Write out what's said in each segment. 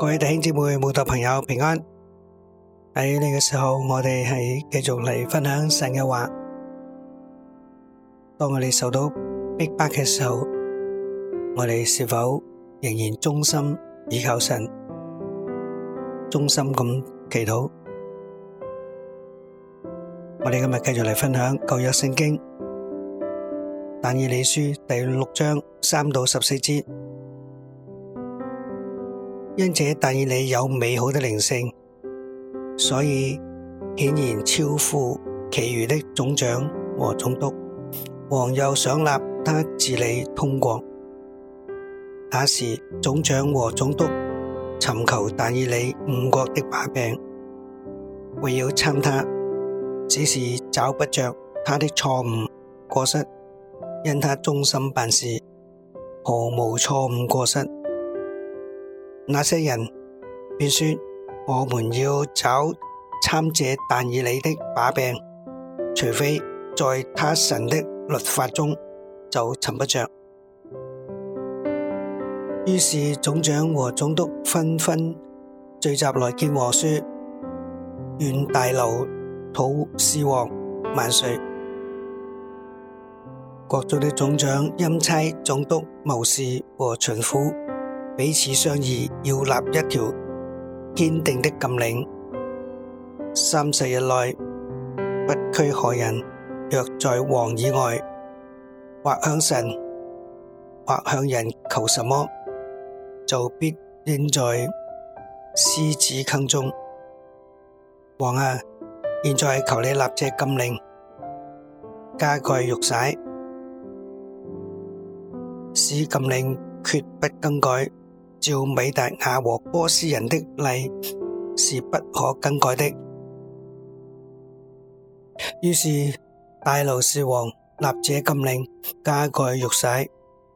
各位弟兄姊妹、慕道朋友平安。喺呢個時候，我哋係繼續嚟分享神嘅話。當我哋受到逼迫嘅時候，我哋是否仍然忠心倚靠神，忠心咁祈禱？我哋今日繼續嚟分享舊約聖經但以理書第6章3到14節。因這但以理有美好的靈性，所以顯然超乎其餘的總長和總督。王又想立他治理通國。那時總長和總督尋求但以理誤國的把柄，為要參他，只是找不着他的錯誤過失，因他忠心辦事，毫無錯誤過失。那些人便說：我們要找參這但以理的把柄，除非在他神的律法中，就尋不着。於是總長和總督紛紛聚集來見王說：願大流土士王萬歲！國中的總長、欽差、總督、謀士和巡撫彼此商議，要立一條堅定的禁令：30日內不拘何人，若在王以外，或向神，或向人求什麼，就必扔在獅子坑中。王啊，現在求你立這禁令，加蓋玉璽，使禁令決不更改。照米達雅和波斯人的例是不可更改的。於是大流士王立這禁令，加蓋玉璽。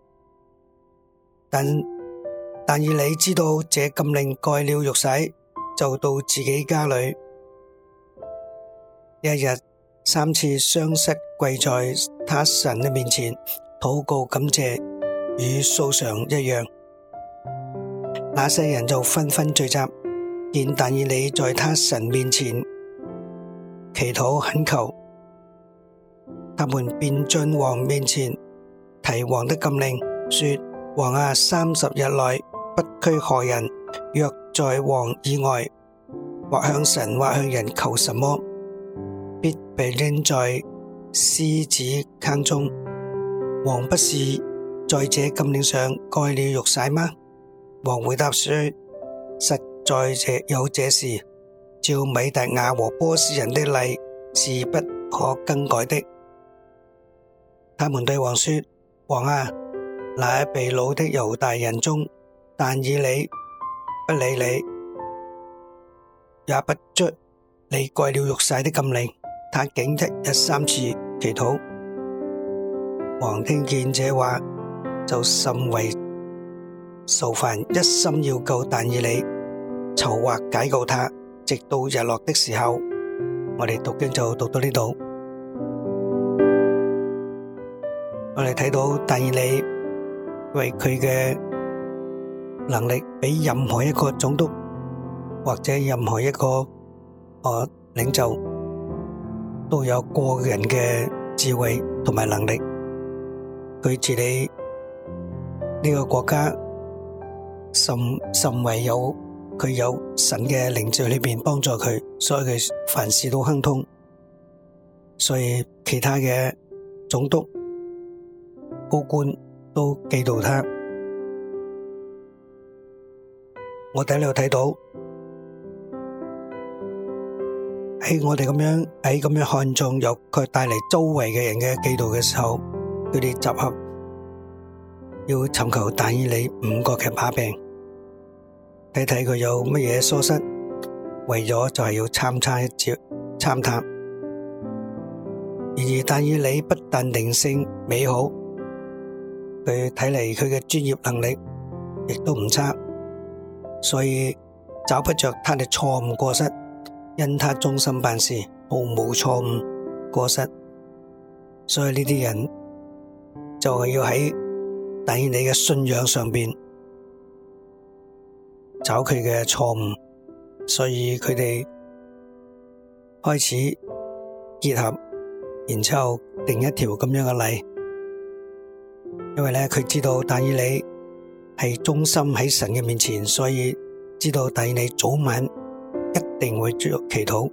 但以理知道這禁令蓋了玉璽，就到自己家裏，一日3次雙膝跪在他神的面前禱告感謝，與素常一樣。那些人就紛紛聚集，見但以理在他神面前祈禱懇求，他們便進王面前提王的禁令，說：王啊，30日內不拘何人，若在王以外，或向神，或向人求什麼，必被扔在獅子坑中。王不是在這禁令上蓋了玉璽嗎？王回答說：實在有這事，照米達雅和波斯人的例是不可更改的。他們對王說：王啊，那被擄的猶大人中，但以理不理你，也不遵你蓋了玉璽的禁令，他竟一日3次祈禱。王聽見這話，就甚為愁煩，一心要救但以理，籌劃解救他，直到日落的時候。我哋讀經就讀到呢度。我哋睇到但以理為佢嘅能力比任何一個總督或者任何一個領袖都有過人嘅智慧同埋能力。佢治理呢個國家甚為佢有神嘅靈在裏邊幫助佢，所以佢凡事都亨通。所以其他嘅總督高官都嫉妒他。我哋喺呢度睇到，喺我哋咁樣看重，又佢帶嚟周圍嘅人嘅嫉妒嘅時候，佢哋集合要尋求但以理誤國嘅把柄，睇睇佢有乜嘢疏失，為咗就係要參探。然而但以理不但靈性美好，佢睇嚟佢嘅專業能力亦都唔差，所以找不着他嘅錯誤過失，因他忠心辦事，毫無錯誤過失。所以呢啲人就係要喺但以理嘅信仰上邊找佢嘅錯誤，所以佢哋開始結合，然之後定一條咁樣嘅例。因為咧佢知道但以理係忠心喺神嘅面前，所以知道但以理早晚一定會祈禱，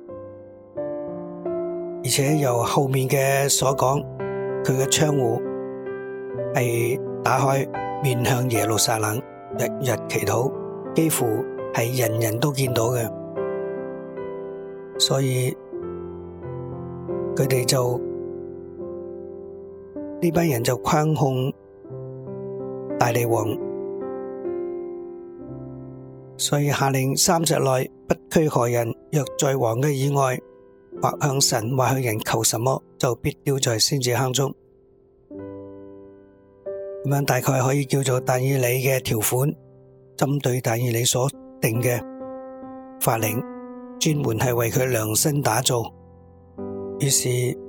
而且由後面嘅所講，佢嘅窗戶係打開面向耶路撒冷，日日祈禱，幾乎係人人都見到嘅，所以佢哋就呢班人就框控大利王，所以下令30日內不拘何人，若在王嘅以外，或向神或向人求什麼，就必丟在獅子坑中。咁樣大概可以叫做但以理嘅條款，針對但以理所定嘅法令，專門係為佢量身打造。於是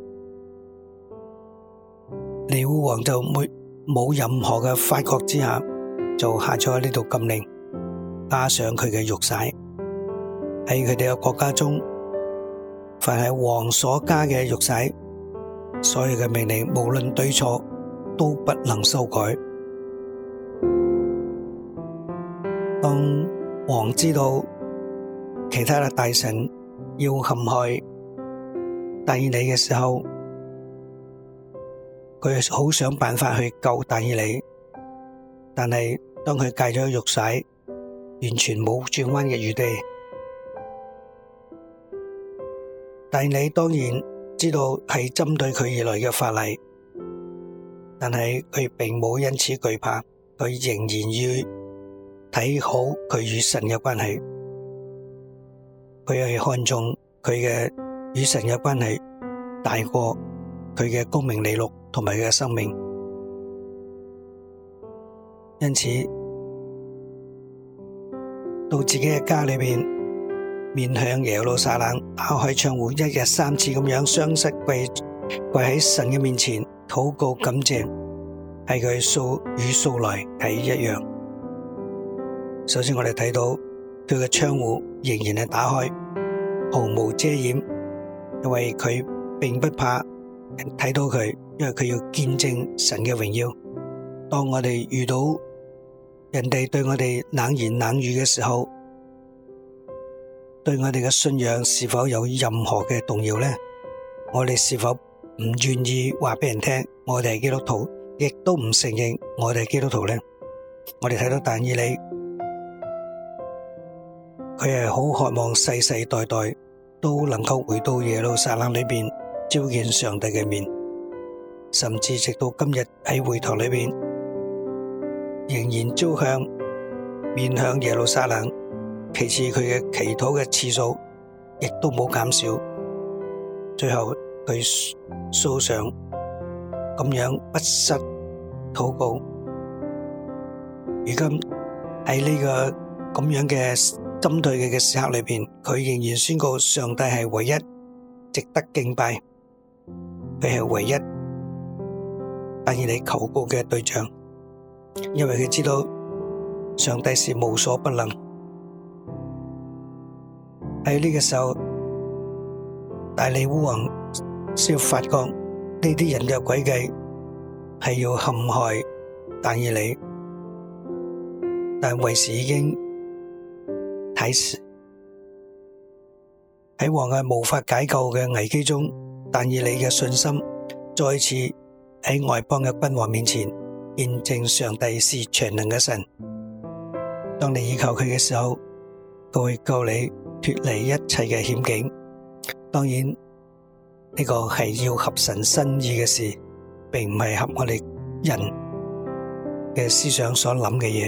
尼烏王就冇任何嘅發覺之下，就下咗呢度禁令，加上佢嘅玉璽喺佢哋嘅國家中，凡係王所加嘅玉璽，所有嘅命令無論對錯都不能修改。當王知道其他嘅大臣要陷害但以理嘅時候，佢好想辦法去救但以理，但係當佢戒咗玉璽，完全冇轉彎嘅餘地。但以理當然知道係針對佢而來嘅法例，但係佢並冇因此懼怕，佢仍然要睇好佢與神嘅關係，佢係看重佢嘅與神嘅關係大過佢嘅功名利祿同埋佢嘅生命。因此到自己嘅家裏邊，面向耶路撒冷，打開窗戶，一日3次咁樣雙膝跪喺神嘅面前禱告感謝，係佢與素來係一樣。首先我哋睇到佢嘅窗戶仍然係打開，毫無遮掩，因為佢並不怕人睇到佢，因為佢要見證神嘅榮耀。當我哋遇到人哋對我哋冷言冷語嘅時候，對我哋嘅信仰是否有任何嘅動搖呢？我哋是否唔願意話俾人聽我哋係基督徒，亦都唔承認我哋係基督徒呢？我哋睇到但以理，佢係好渴望世世代代都能夠回到耶路撒冷裏邊朝見上帝嘅面，甚至直到今日喺會堂裏邊仍然朝向面向耶路撒冷。其次佢嘅祈禱嘅次數亦都冇減少，最後佢素常咁樣不失禱告。如今喺呢個咁樣嘅針對佢嘅時刻裏邊，佢仍然宣告上帝係唯一值得敬拜，佢係唯一但以理求告嘅對象，因為佢知道上帝是無所不能。喺呢個時候，大利烏王先發覺呢啲人嘅詭計係要陷害但以理，但為時已經太遲。喺王嘅無法解救嘅危機中，但以理嘅信心再次喺外邦嘅君王面前驗證上帝是全能嘅神。當你依靠佢嘅時候，佢會救你脫離一切嘅險境。當然呢個係要合神心意嘅事，並唔係合我哋人嘅思想所諗嘅嘢。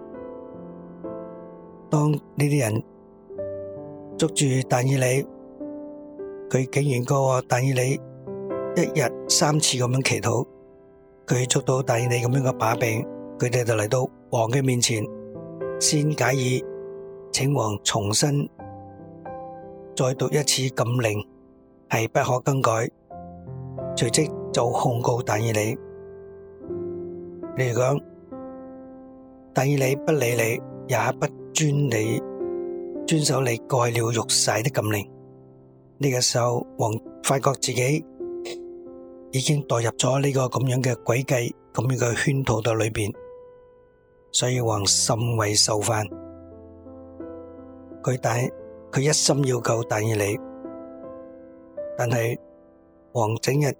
當呢啲人捉住但以理，佢竟然個但以理一日3次咁樣祈禱，佢捉到但以理咁樣嘅把柄，佢哋就嚟到王嘅面前，先解議，請王重新再讀一次禁令，係不可更改。隨即就控告但以理。例如講，但以理不理你， 也不遵守你蓋了玉璽的禁令。呢個時候，王發覺自己已經墮入咗呢個咁樣嘅詭計、咁樣嘅圈套嘅裏邊，所以王甚為受煩。佢一心要救但以理，但係王整日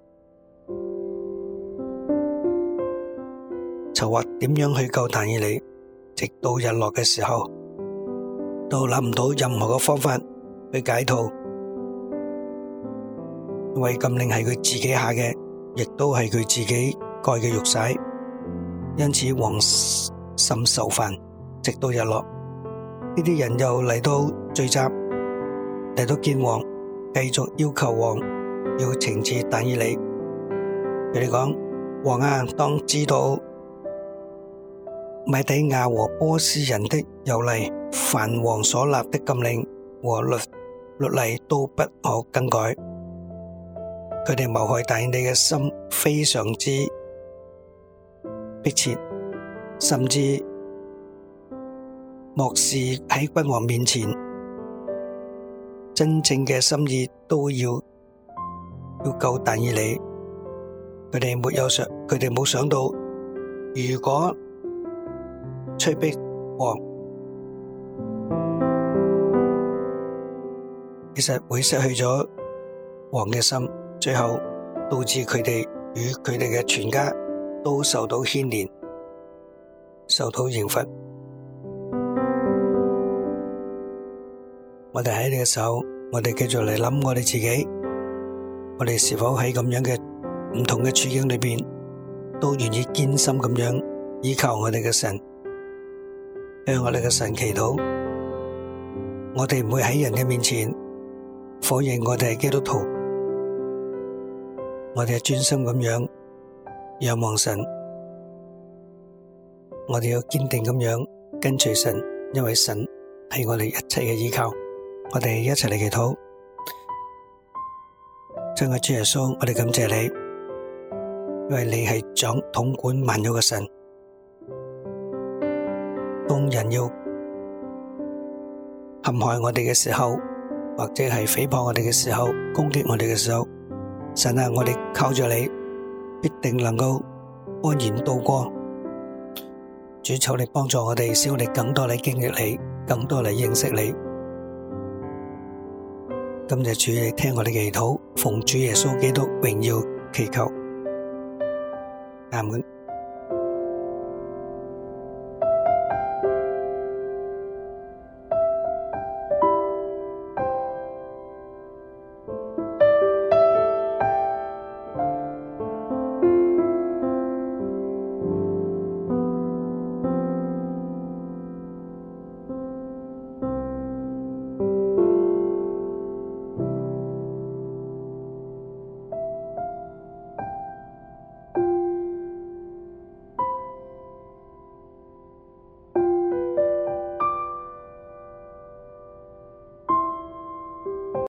籌劃點樣去救但以理，直到日落嘅時候，都諗唔到任何嘅方法去解套，因為禁令係佢自己下嘅，亦都係佢自己蓋嘅玉璽，因此王甚受煩，直到日落。呢啲人又嚟到聚集，嚟到見王，繼續要求王要懲治但以理。佢哋講：王啊，當知道米底亞和波斯人的由嚟，凡王所立的禁令和律例都不可更改。佢哋謀害但以理嘅心非常之迫切，甚至漠視喺君王面前真正嘅心意，都要救但以理。佢哋冇想到，如果催逼王，其實會失去咗王嘅心，最後導致佢哋與佢哋嘅全家都受到牽連，受到刑罰。我哋喺呢個時候，我哋繼續嚟諗我哋自己，我哋是否喺咁樣嘅唔同嘅處境裏邊，都願意堅心咁樣依靠我哋嘅神，向我哋嘅神祈禱。我哋唔會喺人嘅面前否認我哋係基督徒，我哋係專心咁樣仰望神，我哋要堅定咁樣跟隨神，因為神係我哋一切嘅依靠。我哋一齊嚟祈禱。親愛主耶穌，我哋感謝你，因為你係統管萬有嘅神。當人要陷害我哋嘅時候，或者係誹謗我哋嘅時候，攻擊我哋嘅時候，神啊，我哋靠住你，必定能夠安然度過。主，求你幫助我哋，使我哋更多嚟經歷你，更多嚟認識你。今日主，你聽我哋祈禱，奉主耶穌基督榮耀祈求，阿門。